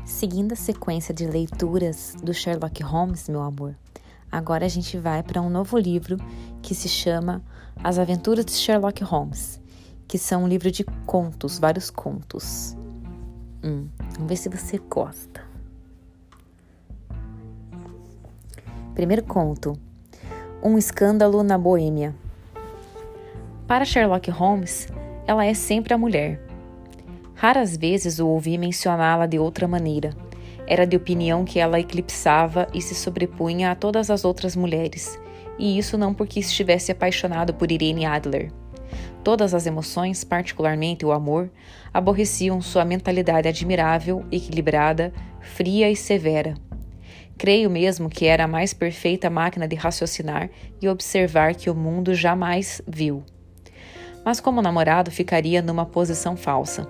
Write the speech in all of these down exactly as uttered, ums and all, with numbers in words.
Seguindo a sequência de leituras do Sherlock Holmes, meu amor, agora a gente vai para um novo livro que se chama As Aventuras de Sherlock Holmes, que são um livro de contos, vários contos. Hum, vamos ver se você gosta. Primeiro conto: Um escândalo na Boêmia. Para Sherlock Holmes, ela é sempre a mulher. Raras vezes o ouvi mencioná-la de outra maneira. Era de opinião que ela eclipsava e se sobrepunha a todas as outras mulheres, e isso não porque estivesse apaixonado por Irene Adler. Todas as emoções, particularmente o amor, aborreciam sua mentalidade admirável, equilibrada, fria e severa. Creio mesmo que era a mais perfeita máquina de raciocinar e observar que o mundo jamais viu. Mas como namorado ficaria numa posição falsa.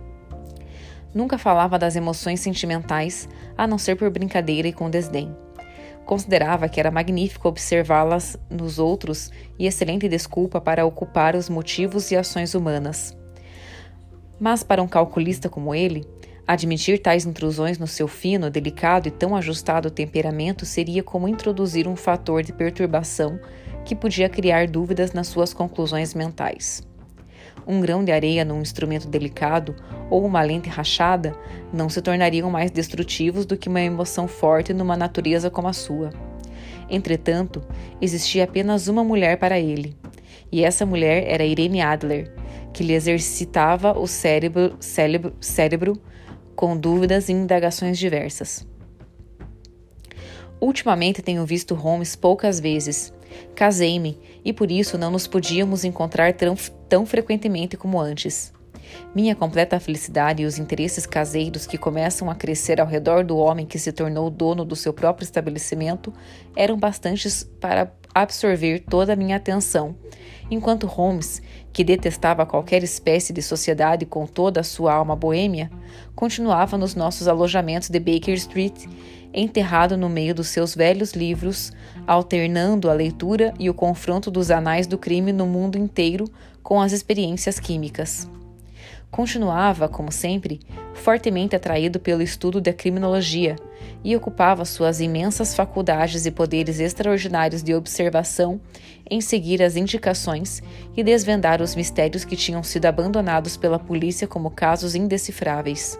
Nunca falava das emoções sentimentais, a não ser por brincadeira e com desdém. Considerava que era magnífico observá-las nos outros e excelente desculpa para ocupar os motivos e ações humanas. Mas para um calculista como ele, admitir tais intrusões no seu fino, delicado e tão ajustado temperamento seria como introduzir um fator de perturbação que podia criar dúvidas nas suas conclusões mentais. Um grão de areia num instrumento delicado ou uma lente rachada não se tornariam mais destrutivos do que uma emoção forte numa natureza como a sua. Entretanto, existia apenas uma mulher para ele, e essa mulher era Irene Adler, que lhe exercitava o cérebro, cérebro, cérebro com dúvidas e indagações diversas. Ultimamente tenho visto Holmes poucas vezes. Casei-me e por isso não nos podíamos encontrar tão, tão frequentemente como antes. Minha completa felicidade e os interesses caseiros que começam a crescer ao redor do homem que se tornou dono do seu próprio estabelecimento eram bastantes para absorver toda a minha atenção, enquanto Holmes, que detestava qualquer espécie de sociedade com toda a sua alma boêmia, continuava nos nossos alojamentos de Baker Street, enterrado no meio dos seus velhos livros, alternando a leitura e o confronto dos anais do crime no mundo inteiro com as experiências químicas. Continuava, como sempre, fortemente atraído pelo estudo da criminologia e ocupava suas imensas faculdades e poderes extraordinários de observação em seguir as indicações e desvendar os mistérios que tinham sido abandonados pela polícia como casos indecifráveis.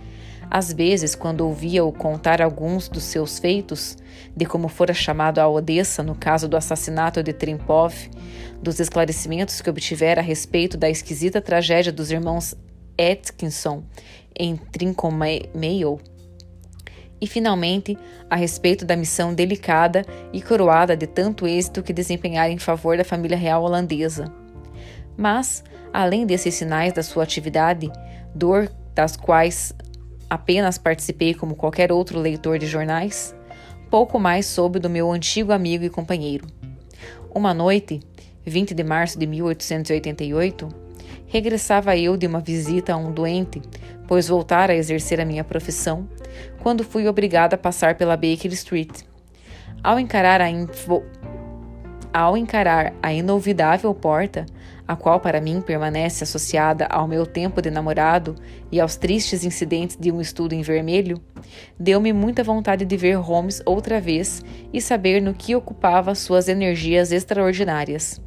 Às vezes, quando ouvia-o contar alguns dos seus feitos, de como fora chamado a Odessa no caso do assassinato de Trempov, dos esclarecimentos que obtivera a respeito da esquisita tragédia dos irmãos Atkinson em Trincomalee, e finalmente a respeito da missão delicada e coroada de tanto êxito que desempenhara em favor da família real holandesa. Mas, além desses sinais da sua atividade, dor das quais apenas participei como qualquer outro leitor de jornais, pouco mais soube do meu antigo amigo e companheiro. Uma noite, vinte de março de mil oitocentos e oitenta e oito, regressava eu de uma visita a um doente, pois voltara a exercer a minha profissão, quando fui obrigada a passar pela Baker Street. Ao encarar a, info... Ao encarar a inolvidável porta, a qual para mim permanece associada ao meu tempo de namorado e aos tristes incidentes de um estudo em vermelho, deu-me muita vontade de ver Holmes outra vez e saber no que ocupava suas energias extraordinárias.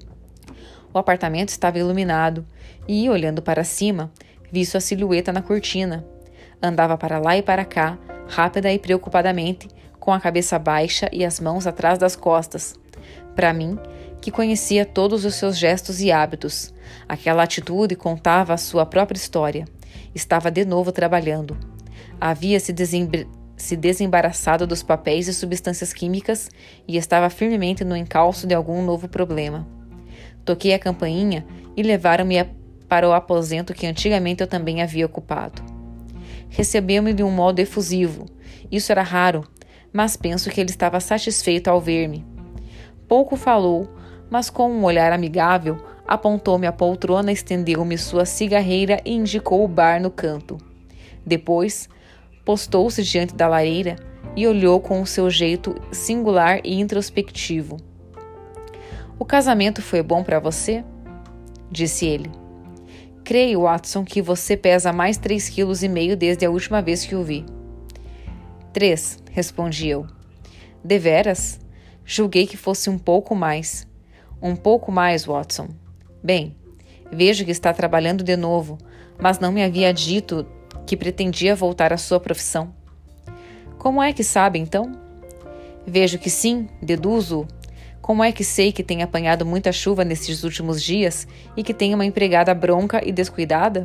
O apartamento estava iluminado e, olhando para cima, vi sua silhueta na cortina. Andava para lá e para cá, rápida e preocupadamente, com a cabeça baixa e as mãos atrás das costas. Para mim, que conhecia todos os seus gestos e hábitos, aquela atitude contava a sua própria história. Estava de novo trabalhando. Havia se, desembra- se desembaraçado dos papéis e substâncias químicas e estava firmemente no encalço de algum novo problema. Toquei a campainha e levaram-me para o aposento que antigamente eu também havia ocupado. Recebeu-me de um modo efusivo. Isso era raro, mas penso que ele estava satisfeito ao ver-me. Pouco falou, mas com um olhar amigável, apontou-me a poltrona, estendeu-me sua cigarreira e indicou o bar no canto. Depois, postou-se diante da lareira e olhou com o seu jeito singular e introspectivo. — O casamento foi bom para você? Disse ele. Creio, Watson, que você pesa mais três quilos e meio desde a última vez que o vi. Três, respondi eu. Deveras? Julguei que fosse um pouco mais. Um pouco mais, Watson. Bem, vejo que está trabalhando de novo, mas não me havia dito que pretendia voltar à sua profissão. Como é que sabe, então? Vejo que sim, deduzo. Como é que sei que tem apanhado muita chuva nesses últimos dias e que tem uma empregada bronca e descuidada?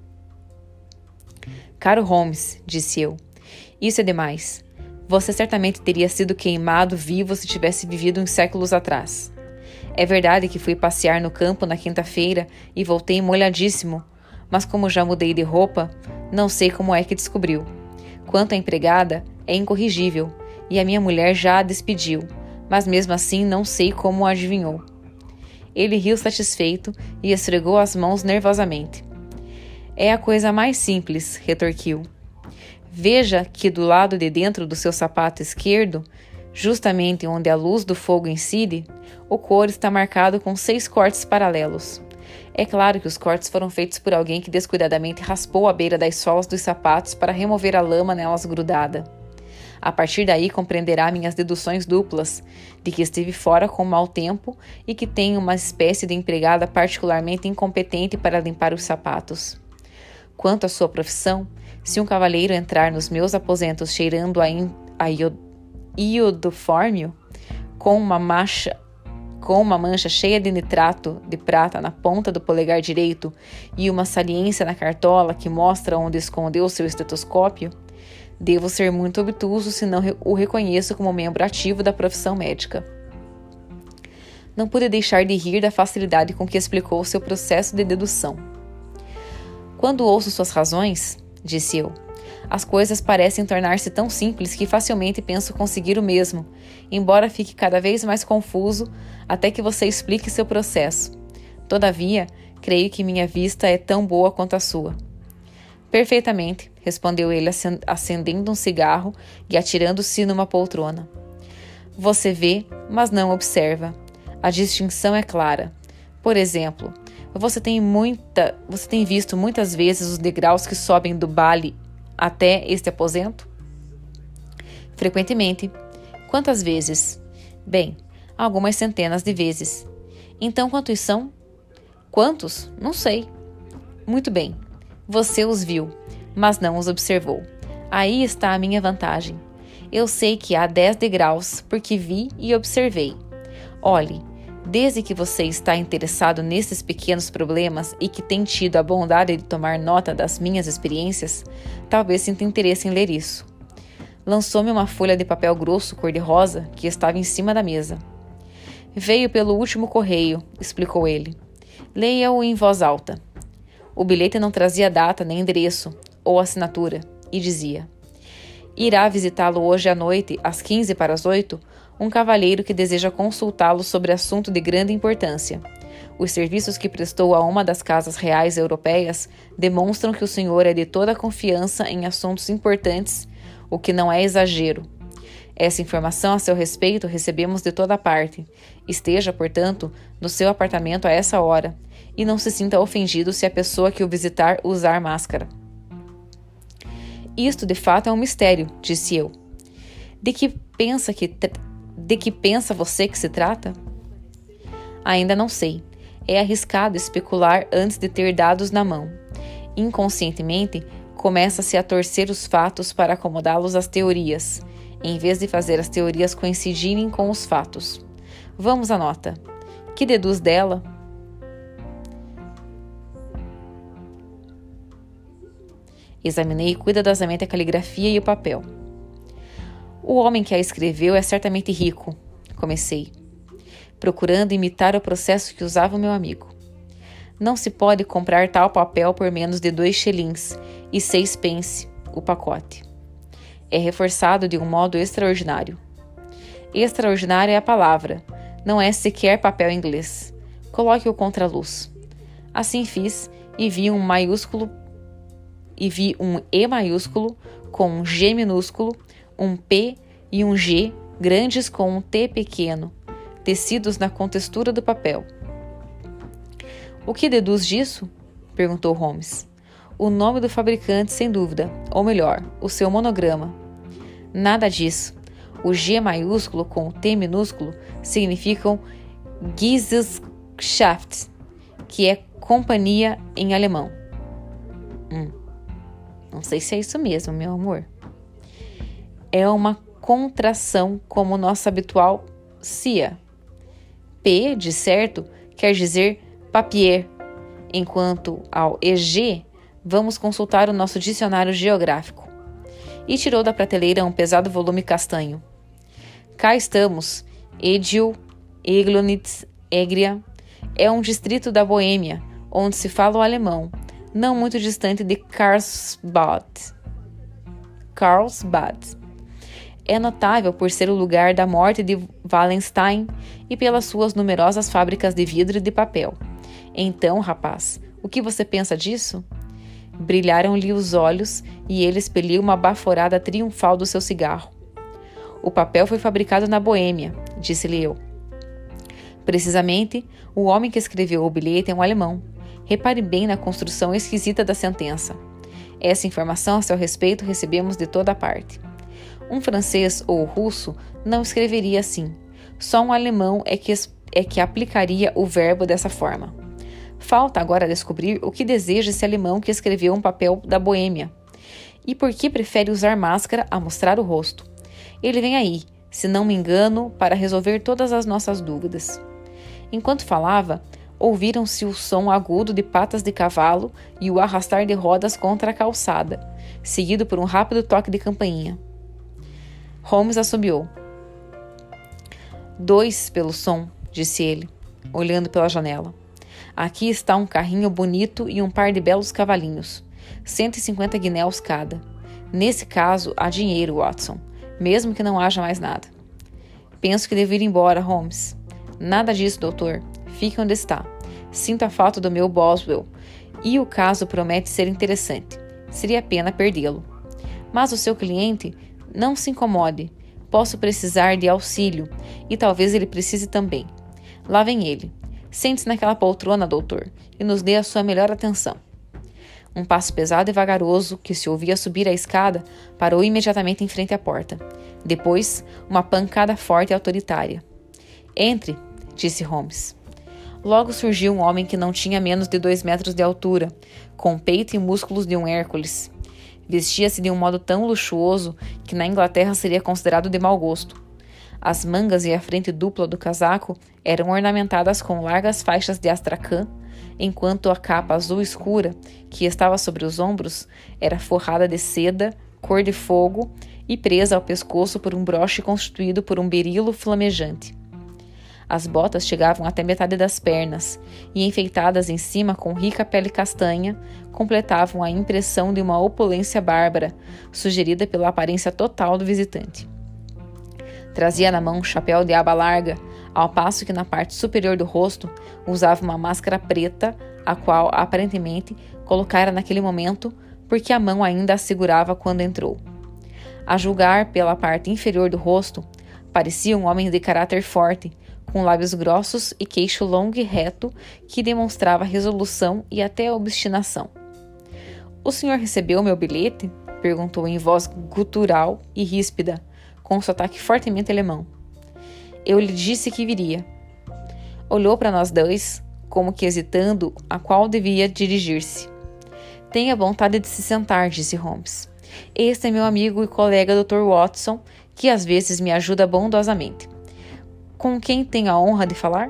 Caro Holmes, disse eu, isso é demais. Você certamente teria sido queimado vivo se tivesse vivido uns séculos atrás. É verdade que fui passear no campo na quinta-feira e voltei molhadíssimo, mas como já mudei de roupa, não sei como é que descobriu. Quanto à empregada, é incorrigível, e a minha mulher já a despediu, mas mesmo assim não sei como adivinhou. Ele riu satisfeito e esfregou as mãos nervosamente. É a coisa mais simples, retorquiu. Veja que do lado de dentro do seu sapato esquerdo, justamente onde a luz do fogo incide, o couro está marcado com seis cortes paralelos. É claro que os cortes foram feitos por alguém que descuidadamente raspou a beira das solas dos sapatos para remover a lama nelas grudada. A partir daí compreenderá minhas deduções duplas, de que esteve fora com mau tempo e que tem uma espécie de empregada particularmente incompetente para limpar os sapatos. Quanto à sua profissão, se um cavalheiro entrar nos meus aposentos cheirando a, in, a iodofórmio, com uma mancha, com uma mancha cheia de nitrato de prata na ponta do polegar direito e uma saliência na cartola que mostra onde escondeu seu estetoscópio, devo ser muito obtuso se não o reconheço como membro ativo da profissão médica. Não pude deixar de rir da facilidade com que explicou seu processo de dedução. Quando ouço suas razões, disse eu, as coisas parecem tornar-se tão simples que facilmente penso conseguir o mesmo, embora fique cada vez mais confuso até que você explique seu processo. Todavia, creio que minha vista é tão boa quanto a sua. Perfeitamente, respondeu ele acendendo um cigarro e atirando-se numa poltrona. Você vê, mas não observa. A distinção é clara. Por exemplo, você tem, muita, você tem visto muitas vezes os degraus que sobem do bale até este aposento? Frequentemente. Quantas vezes? Bem, algumas centenas de vezes. Então quantos são? Quantos? Não sei. Muito bem. Você os viu, mas não os observou. Aí está a minha vantagem. Eu sei que há dez degraus, porque vi e observei. Olhe, desde que você está interessado nesses pequenos problemas e que tem tido a bondade de tomar nota das minhas experiências, talvez sinta interesse em ler isso. Lançou-me uma folha de papel grosso cor-de-rosa que estava em cima da mesa. Veio pelo último correio, explicou ele. Leia-o em voz alta. O bilhete não trazia data nem endereço, ou assinatura, e dizia: irá visitá-lo hoje à noite, às quinze para as oito, um cavalheiro que deseja consultá-lo sobre assunto de grande importância. Os serviços que prestou a uma das casas reais europeias demonstram que o senhor é de toda a confiança em assuntos importantes, o que não é exagero. Essa informação a seu respeito recebemos de toda parte. Esteja, portanto, no seu apartamento a essa hora, e não se sinta ofendido se a pessoa que o visitar usar máscara. Isto, de fato, é um mistério, disse eu. De que pensa que de que pensa você que se trata? Ainda não sei. É arriscado especular antes de ter dados na mão. Inconscientemente, começa-se a torcer os fatos para acomodá-los às teorias, em vez de fazer as teorias coincidirem com os fatos. Vamos à nota. Que deduz dela? Examinei cuidadosamente a caligrafia e o papel. O homem que a escreveu é certamente rico, comecei, procurando imitar o processo que usava o meu amigo. Não se pode comprar tal papel por menos de dois shillings e seis pence o pacote. É reforçado de um modo extraordinário. Extraordinária é a palavra, não é sequer papel inglês. Coloque-o contra a luz. Assim fiz e vi um maiúsculo e vi um E maiúsculo com um G minúsculo, um P e um G grandes com um T pequeno, tecidos na contextura do papel. O que deduz disso? Perguntou Holmes. O nome do fabricante, sem dúvida. Ou melhor, o seu monograma. Nada disso. O G maiúsculo com o T minúsculo significam Gesellschaft, que é companhia em alemão. Hum, não sei se é isso mesmo, meu amor. É uma contração como nossa habitual S I A. P, de certo, quer dizer papier, enquanto ao E G, vamos consultar o nosso dicionário geográfico. E tirou da prateleira um pesado volume castanho. Cá estamos, Edil, Eglonitz, Egria. É um distrito da Boêmia, onde se fala o alemão, não muito distante de Karlsbad. Karlsbad. É notável por ser o lugar da morte de Wallenstein e pelas suas numerosas fábricas de vidro e de papel. Então, rapaz, o que você pensa disso? Brilharam-lhe os olhos e ele expeliu uma baforada triunfal do seu cigarro. O papel foi fabricado na Boêmia, disse-lhe eu. Precisamente, o homem que escreveu o bilhete é um alemão. Repare bem na construção esquisita da sentença. Essa informação a seu respeito recebemos de toda parte. Um francês ou russo não escreveria assim. Só um alemão é que, é que aplicaria o verbo dessa forma. Falta agora descobrir o que deseja esse alemão que escreveu um papel da Boêmia. E por que prefere usar máscara a mostrar o rosto. Ele vem aí, se não me engano, para resolver todas as nossas dúvidas. Enquanto falava, ouviram-se o som agudo de patas de cavalo e o arrastar de rodas contra a calçada, seguido por um rápido toque de campainha. Holmes assobiou. Dois pelo som, disse ele, olhando pela janela. Aqui está um carrinho bonito e um par de belos cavalinhos. cento e cinquenta guinéus cada. Nesse caso, há dinheiro, Watson, mesmo que não haja mais nada. Penso que devo ir embora, Holmes. Nada disso, doutor. Fique onde está. Sinto a falta do meu Boswell, e o caso promete ser interessante. Seria pena perdê-lo. Mas o seu cliente... Não se incomode. Posso precisar de auxílio, e talvez ele precise também. Lá vem ele. Sente-se naquela poltrona, doutor, e nos dê a sua melhor atenção. Um passo pesado e vagaroso, que se ouvia subir a escada, parou imediatamente em frente à porta. Depois, uma pancada forte e autoritária. Entre, disse Holmes. Logo surgiu um homem que não tinha menos de dois metros de altura, com peito e músculos de um Hércules. Vestia-se de um modo tão luxuoso que na Inglaterra seria considerado de mau gosto. As mangas e a frente dupla do casaco eram ornamentadas com largas faixas de astracã, enquanto a capa azul escura, que estava sobre os ombros, era forrada de seda, cor de fogo e presa ao pescoço por um broche constituído por um berilo flamejante. As botas chegavam até metade das pernas e, enfeitadas em cima com rica pele castanha, completavam a impressão de uma opulência bárbara, sugerida pela aparência total do visitante. Trazia na mão um chapéu de aba larga, ao passo que na parte superior do rosto usava uma máscara preta, a qual, aparentemente, colocara naquele momento, porque a mão ainda a segurava quando entrou. A julgar pela parte inferior do rosto, parecia um homem de caráter forte, com lábios grossos e queixo longo e reto, que demonstrava resolução e até obstinação. — O senhor recebeu meu bilhete? Perguntou em voz gutural e ríspida, com um sotaque fortemente alemão. Eu lhe disse que viria. Olhou para nós dois, como que hesitando a qual devia dirigir-se. Tenha vontade de se sentar, disse Holmes. Este é meu amigo e colega doutor Watson, que às vezes me ajuda bondosamente. Com quem tenho a honra de falar?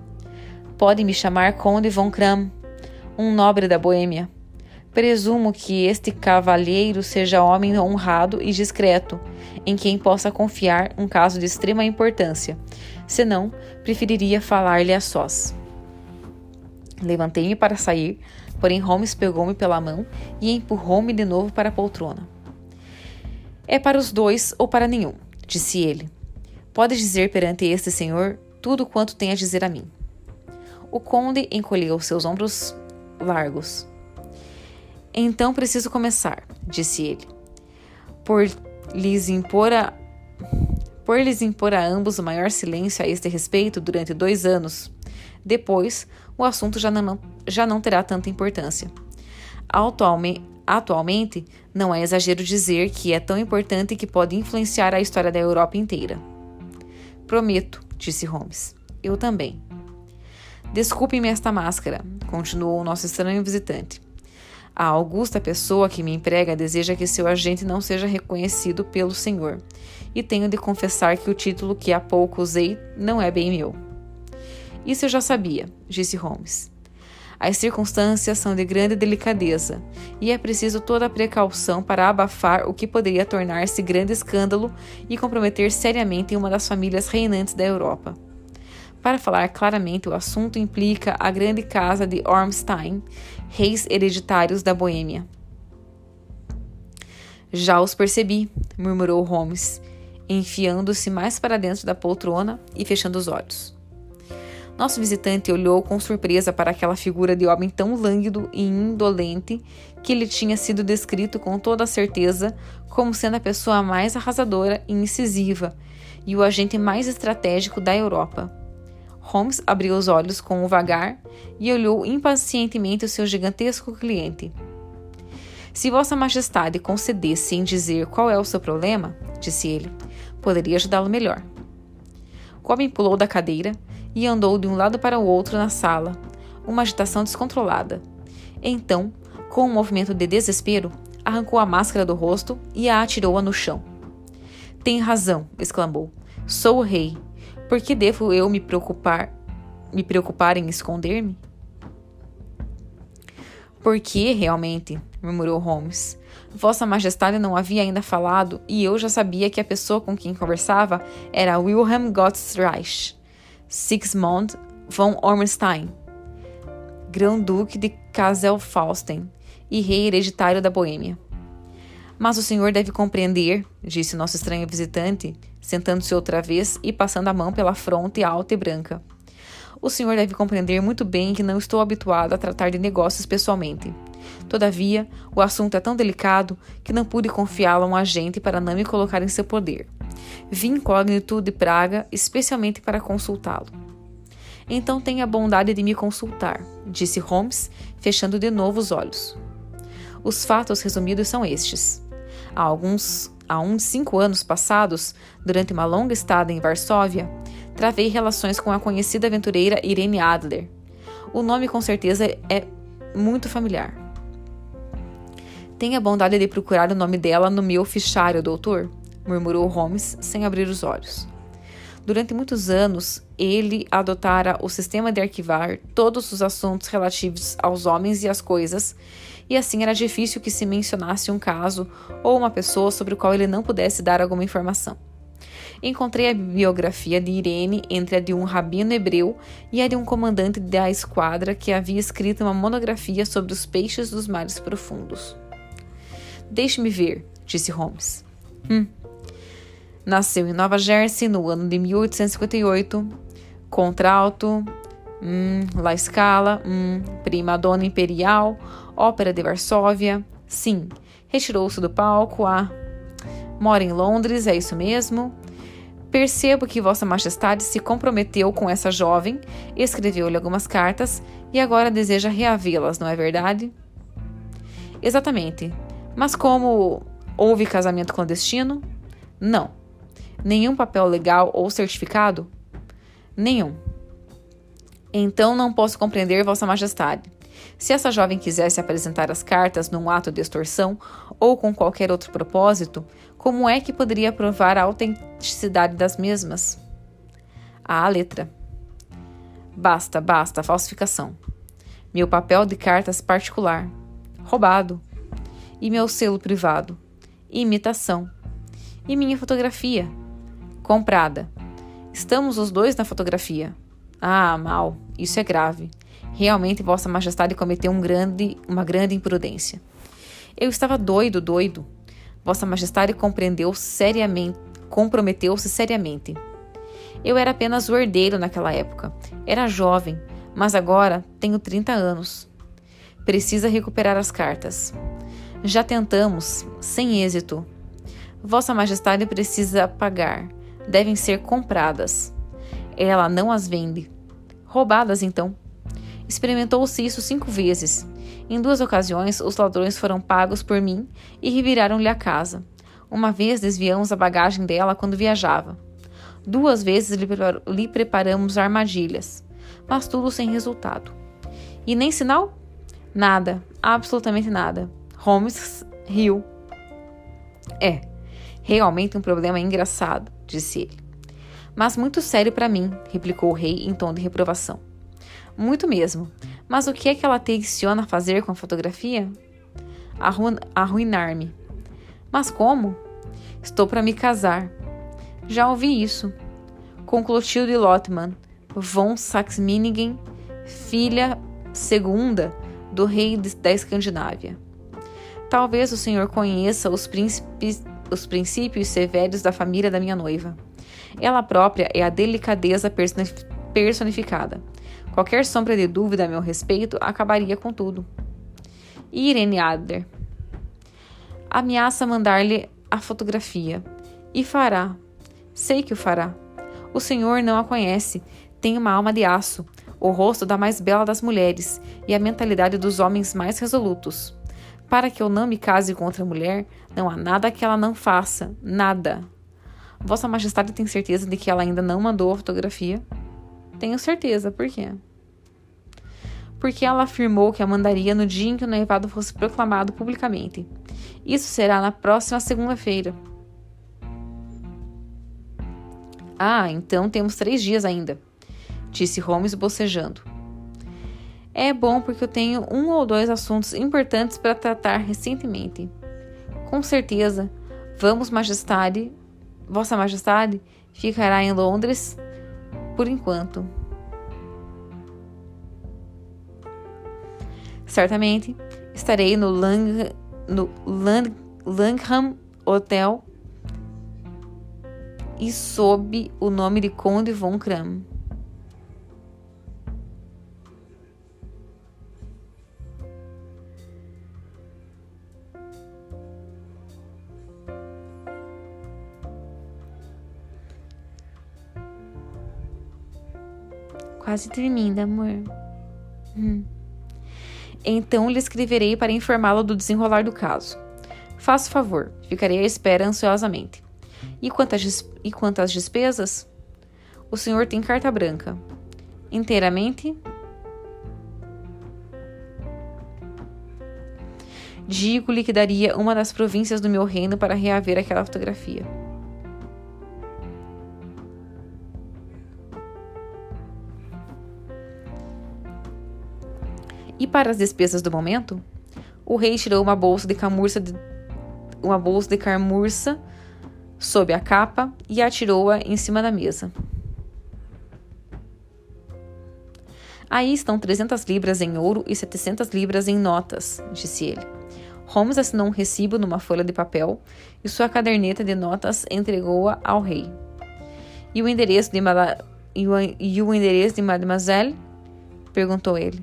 Pode me chamar Conde von Kram, um nobre da Boêmia. Presumo que este cavalheiro seja homem honrado e discreto, em quem possa confiar um caso de extrema importância. Senão, preferiria falar-lhe a sós. Levantei-me para sair, porém Holmes pegou-me pela mão e empurrou-me de novo para a poltrona. É para os dois ou para nenhum, disse ele. Pode dizer perante este senhor tudo quanto tem a dizer a mim. O conde encolheu seus ombros largos. Então preciso começar, disse ele. Por lhes impor a, por lhes impor a ambos o maior silêncio a este respeito durante dois anos, Depois, o assunto já não, já não terá tanta importância. Atualmente, atualmente, não é exagero dizer que é tão importante que pode influenciar a história da Europa inteira. Prometo, disse Holmes. Eu também. Desculpe-me esta máscara, continuou o nosso estranho visitante. A augusta pessoa que me emprega deseja que seu agente não seja reconhecido pelo senhor, e tenho de confessar que o título que há pouco usei não é bem meu. Isso eu já sabia, disse Holmes. As circunstâncias são de grande delicadeza, e é preciso toda a precaução para abafar o que poderia tornar-se grande escândalo e comprometer seriamente uma das famílias reinantes da Europa. Para falar claramente, o assunto implica a grande casa de Ormstein, reis hereditários da Boêmia. Já os percebi, murmurou Holmes, enfiando-se mais para dentro da poltrona e fechando os olhos. Nosso visitante olhou com surpresa para aquela figura de homem tão lânguido e indolente que lhe tinha sido descrito com toda a certeza como sendo a pessoa mais arrasadora e incisiva e o agente mais estratégico da Europa. Holmes abriu os olhos com um vagar e olhou impacientemente o seu gigantesco cliente. Se Vossa Majestade concedesse em dizer qual é o seu problema, disse ele, poderia ajudá-lo melhor. O homem pulou da cadeira e andou de um lado para o outro na sala, uma agitação descontrolada. Então, com um movimento de desespero, arrancou a máscara do rosto e a atirou-a no chão. Tem razão, exclamou. Sou o rei. Por que devo eu me preocupar, me preocupar em esconder-me? Por que, realmente? Murmurou Holmes. Vossa Majestade não havia ainda falado e eu já sabia que a pessoa com quem conversava era Wilhelm Gottsreich, Sigismund von Ormstein, Grão-Duque de Kassel-Falstein e rei hereditário da Boêmia. Mas o senhor deve compreender, disse nosso estranho visitante, sentando-se outra vez e passando a mão pela fronte alta e branca. O senhor deve compreender muito bem que não estou habituado a tratar de negócios pessoalmente. Todavia, o assunto é tão delicado que não pude confiá-lo a um agente para não me colocar em seu poder. Vim incógnito de Praga, especialmente para consultá-lo. Então tenha a bondade de me consultar, disse Holmes, fechando de novo os olhos. Os fatos resumidos são estes. Há alguns, há uns cinco anos passados, durante uma longa estada em Varsóvia, travei relações com a conhecida aventureira Irene Adler. O nome com certeza é muito familiar. Tenha a bondade de procurar o nome dela no meu fichário, doutor, murmurou Holmes, sem abrir os olhos. Durante muitos anos, ele adotara o sistema de arquivar todos os assuntos relativos aos homens e às coisas, e assim era difícil que se mencionasse um caso ou uma pessoa sobre o qual ele não pudesse dar alguma informação. Encontrei a biografia de Irene entre a de um rabino hebreu e a de um comandante da esquadra que havia escrito uma monografia sobre os peixes dos mares profundos. Deixe-me ver, disse Holmes. Hum. Nasceu em Nova Jersey no ano de mil oitocentos e cinquenta e oito. Contralto, hum, La Scala, hum, Prima Donna Imperial, Ópera de Varsóvia. Sim, retirou-se do palco. Ah, mora em Londres, é isso mesmo? Percebo que Vossa Majestade se comprometeu com essa jovem, escreveu-lhe algumas cartas e agora deseja reavê-las, não é verdade? Exatamente. Mas como houve casamento clandestino? Não. Nenhum papel legal ou certificado? Nenhum. Então não posso compreender Vossa Majestade. Se essa jovem quisesse apresentar as cartas num ato de extorsão ou com qualquer outro propósito, como é que poderia provar a autenticidade das mesmas? A letra. Basta, basta, falsificação. Meu papel de cartas particular. Roubado. E meu selo privado. Imitação. E minha fotografia. Comprada. Estamos os dois na fotografia. Ah, mal. Isso é grave. Realmente Vossa Majestade cometeu um grande, uma grande imprudência. Eu estava doido, doido. Vossa Majestade compreendeu seriamente, comprometeu-se seriamente. Eu era apenas o herdeiro naquela época. Era jovem, mas agora tenho trinta anos. Precisa recuperar as cartas. Já tentamos, sem êxito. Vossa Majestade precisa pagar. Devem ser compradas. Ela não as vende. Roubadas, então. Experimentou-se isso cinco vezes. Em duas ocasiões, os ladrões foram pagos por mim e reviraram-lhe a casa. Uma vez desviamos a bagagem dela quando viajava. Duas vezes lhe, prepar- lhe preparamos armadilhas, mas tudo sem resultado. E nem sinal? Nada, absolutamente nada. Holmes riu. É, realmente um problema engraçado, disse ele. Mas muito sério para mim, replicou o rei em tom de reprovação. Muito mesmo. Mas o que é que ela tenciona fazer com a fotografia? Arru- Arruinar-me. Mas como? Estou para me casar. Já ouvi isso. Com Clotilde Lothman, von Saxe-Meiningen, filha segunda do rei de- da Escandinávia. Talvez o senhor conheça os, príncipes, os princípios severos da família da minha noiva. Ela própria é a delicadeza personificada. Qualquer sombra de dúvida a meu respeito acabaria com tudo. E Irene Adler? Ameaça mandar-lhe a fotografia. E fará. Sei que o fará. O senhor não a conhece. Tem uma alma de aço, o rosto da mais bela das mulheres e a mentalidade dos homens mais resolutos. Para que eu não me case com outra mulher, não há nada que ela não faça. Nada. Vossa Majestade tem certeza de que ela ainda não mandou a fotografia? Tenho certeza. Por quê? Porque ela afirmou que a mandaria no dia em que o noivado fosse proclamado publicamente. Isso será na próxima segunda-feira. Ah, então temos três dias ainda, disse Holmes bocejando. É bom porque eu tenho um ou dois assuntos importantes para tratar recentemente. Com certeza, vamos, Majestade, Vossa Majestade ficará em Londres por enquanto. Certamente, estarei no, Lang, no Lang, Langham Hotel e sob o nome de Conde von Kram. Quase termina, amor. Hum. Então lhe escreverei para informá-lo do desenrolar do caso. Faça o favor, ficarei à espera ansiosamente. E quanto, às, e quanto às despesas? O senhor tem carta branca. Inteiramente? Digo-lhe que daria uma das províncias do meu reino para reaver aquela fotografia. E para as despesas do momento? O rei tirou uma bolsa de camurça, de, uma bolsa de camurça sob a capa e atirou-a em cima da mesa. Aí estão trezentas libras em ouro e setecentas libras em notas, disse ele. Holmes assinou um recibo numa folha de papel e sua caderneta de notas entregou-a ao rei. E o endereço de, Mala... e, o... e o endereço de Mademoiselle? Perguntou ele.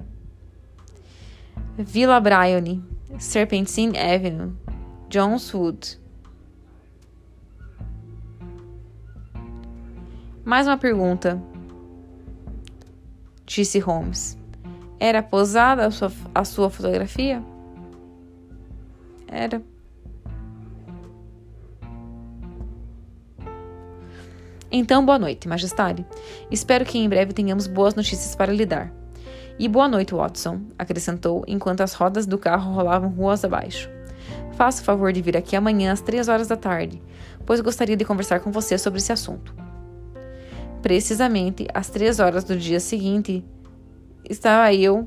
Villa Bryony, Serpentine Avenue, Jones Wood. Mais uma pergunta, disse Holmes. Era posada a sua, a sua fotografia? Era. Então, boa noite, Majestade. Espero que em breve tenhamos boas notícias para lhe dar. E boa noite, Watson, acrescentou, enquanto as rodas do carro rolavam ruas abaixo. Faça o favor de vir aqui amanhã às três horas da tarde, pois gostaria de conversar com você sobre esse assunto. Precisamente às três horas do dia seguinte, estava eu...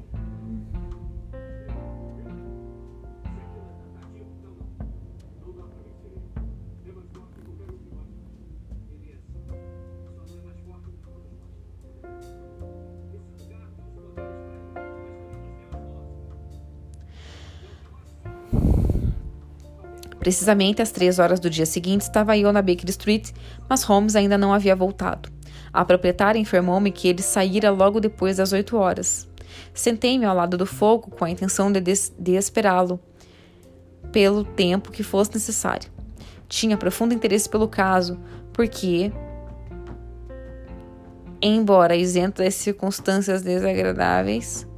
Precisamente às três horas do dia seguinte, estava eu na Baker Street, mas Holmes ainda não havia voltado. A proprietária informou-me que ele saíra logo depois das oito horas. Sentei-me ao lado do fogo com a intenção de, de esperá-lo pelo tempo que fosse necessário. Tinha profundo interesse pelo caso, porque embora isento das circunstâncias desagradáveis,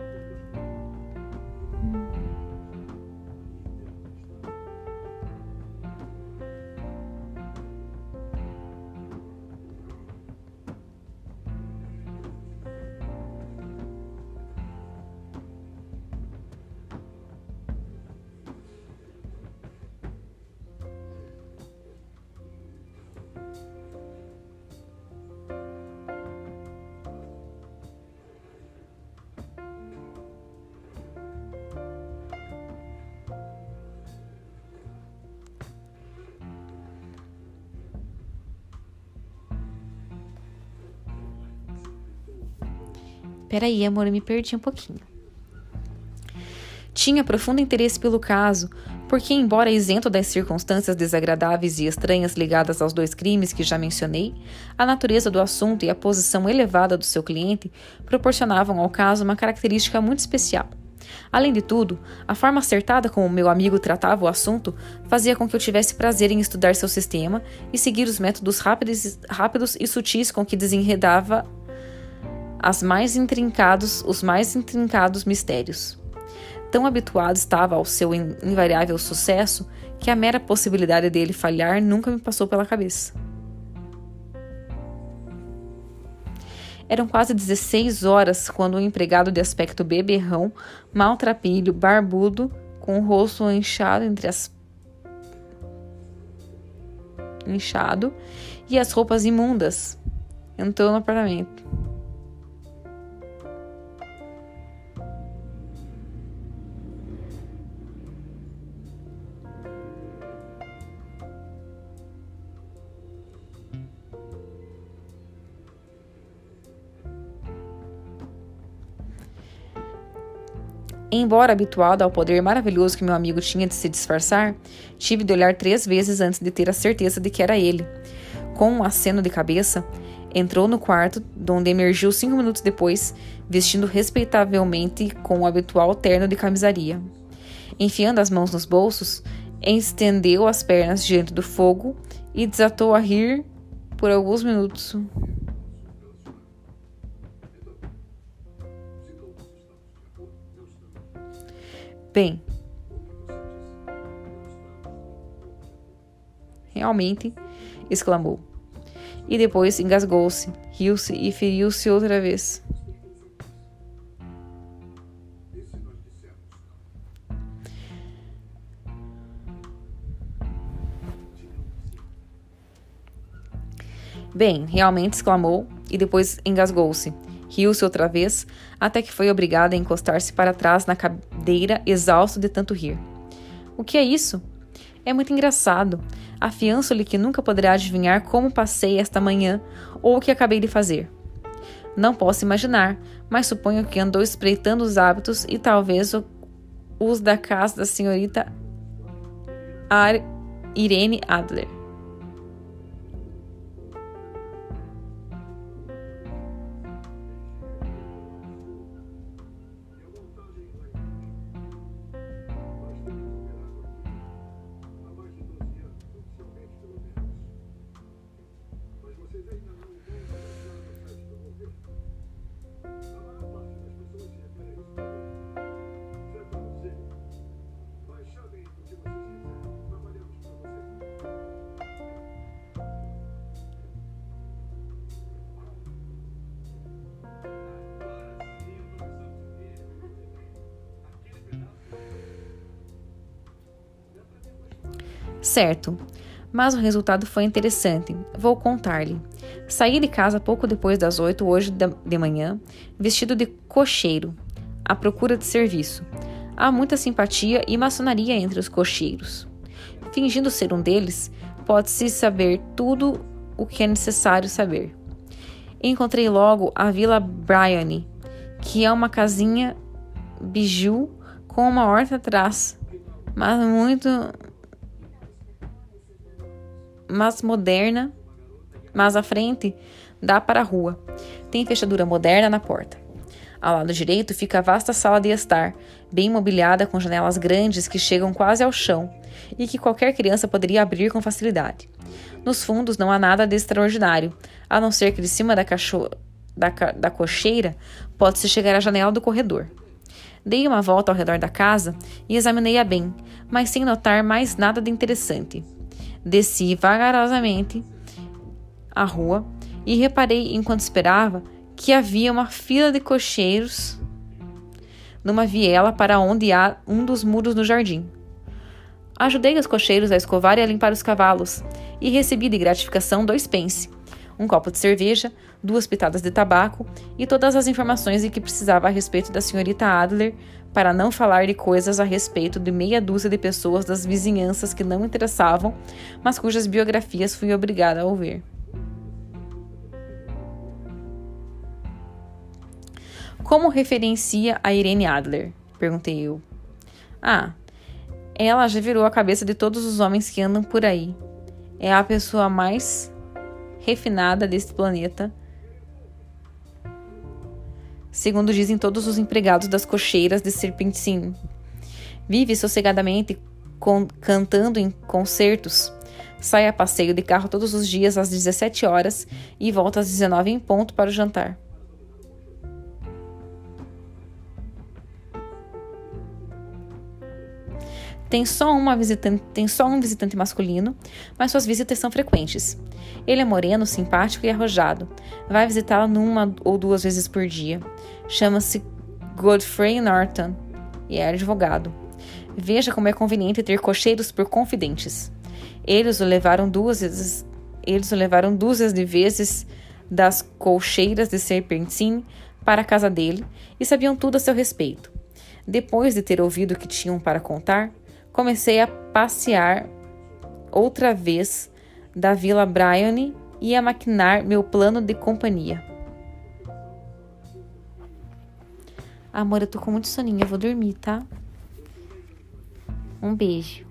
Peraí, amor, eu me perdi um pouquinho. Tinha profundo interesse pelo caso, porque, embora isento das circunstâncias desagradáveis e estranhas ligadas aos dois crimes que já mencionei, a natureza do assunto e a posição elevada do seu cliente proporcionavam ao caso uma característica muito especial. Além de tudo, a forma acertada como meu amigo tratava o assunto fazia com que eu tivesse prazer em estudar seu sistema e seguir os métodos rápidos, rápidos e sutis com que desenredava as mais intrincados, os mais intrincados mistérios. Tão habituado estava ao seu invariável sucesso que a mera possibilidade dele falhar nunca me passou pela cabeça. Eram quase dezesseis horas quando um empregado de aspecto beberrão, maltrapilho, barbudo, com o rosto inchado entre as inchado e as roupas imundas, entrou no apartamento. Embora habituado ao poder maravilhoso que meu amigo tinha de se disfarçar, tive de olhar três vezes antes de ter a certeza de que era ele. Com um aceno de cabeça, entrou no quarto, donde emergiu cinco minutos depois, vestindo respeitavelmente com o habitual terno de camisaria. Enfiando as mãos nos bolsos, estendeu as pernas diante do fogo e desatou a rir por alguns minutos. Bem, realmente, exclamou. E depois engasgou-se, riu-se e feriu-se outra vez. Bem, realmente, exclamou, e depois engasgou-se. Riu-se outra vez, até que foi obrigado a encostar-se para trás na cadeira, exausto de tanto rir. O que é isso? É muito engraçado. Afianço-lhe que nunca poderá adivinhar como passei esta manhã ou o que acabei de fazer. Não posso imaginar, mas suponho que andou espreitando os hábitos e talvez os da casa da senhorita Ar- Irene Adler. Certo, mas o resultado foi interessante. Vou contar-lhe. Saí de casa pouco depois das oito hoje de manhã, vestido de cocheiro, à procura de serviço. Há muita simpatia e maçonaria entre os cocheiros. Fingindo ser um deles, pode-se saber tudo o que é necessário saber. Encontrei logo a Vila Bryony, que é uma casinha biju com uma horta atrás, mas muito... mas moderna, mas à frente dá para a rua. Tem fechadura moderna na porta. Ao lado direito fica a vasta sala de estar, bem mobiliada com janelas grandes que chegam quase ao chão e que qualquer criança poderia abrir com facilidade. Nos fundos não há nada de extraordinário, a não ser que de cima da, cacho... da, da cocheira, pode-se chegar à janela do corredor. Dei uma volta ao redor da casa e examinei-a bem, mas sem notar mais nada de interessante. Desci vagarosamente a rua e reparei, enquanto esperava, que havia uma fila de cocheiros numa viela para onde há um dos muros no jardim. Ajudei os cocheiros a escovar e a limpar os cavalos e recebi de gratificação dois pence, um copo de cerveja, duas pitadas de tabaco e todas as informações de que precisava a respeito da senhorita Adler, para não falar de coisas a respeito de meia dúzia de pessoas das vizinhanças que não interessavam, mas cujas biografias fui obrigada a ouvir. Como referencia a Irene Adler? Perguntei eu. Ah, ela já virou a cabeça de todos os homens que andam por aí. É a pessoa mais refinada deste planeta, segundo dizem todos os empregados das cocheiras de Serpentine. Vive sossegadamente com, cantando em concertos. Sai a passeio de carro todos os dias às dezessete horas e volta às dezenove em ponto para o jantar. Tem só, uma visitante, tem só um visitante masculino, mas suas visitas são frequentes. Ele é moreno, simpático e arrojado. Vai visitá-la numa ou duas vezes por dia. Chama-se Godfrey Norton e é advogado. Veja como é conveniente ter cocheiros por confidentes. Eles o levaram duas vezes, eles o levaram dúzias de vezes das colcheiras de Serpentine para a casa dele e sabiam tudo a seu respeito. Depois de ter ouvido o que tinham para contar, comecei a passear outra vez da Vila Bryony e a maquinar meu plano de companhia. Amor, eu tô com muito soninho, eu vou dormir, tá? Um beijo.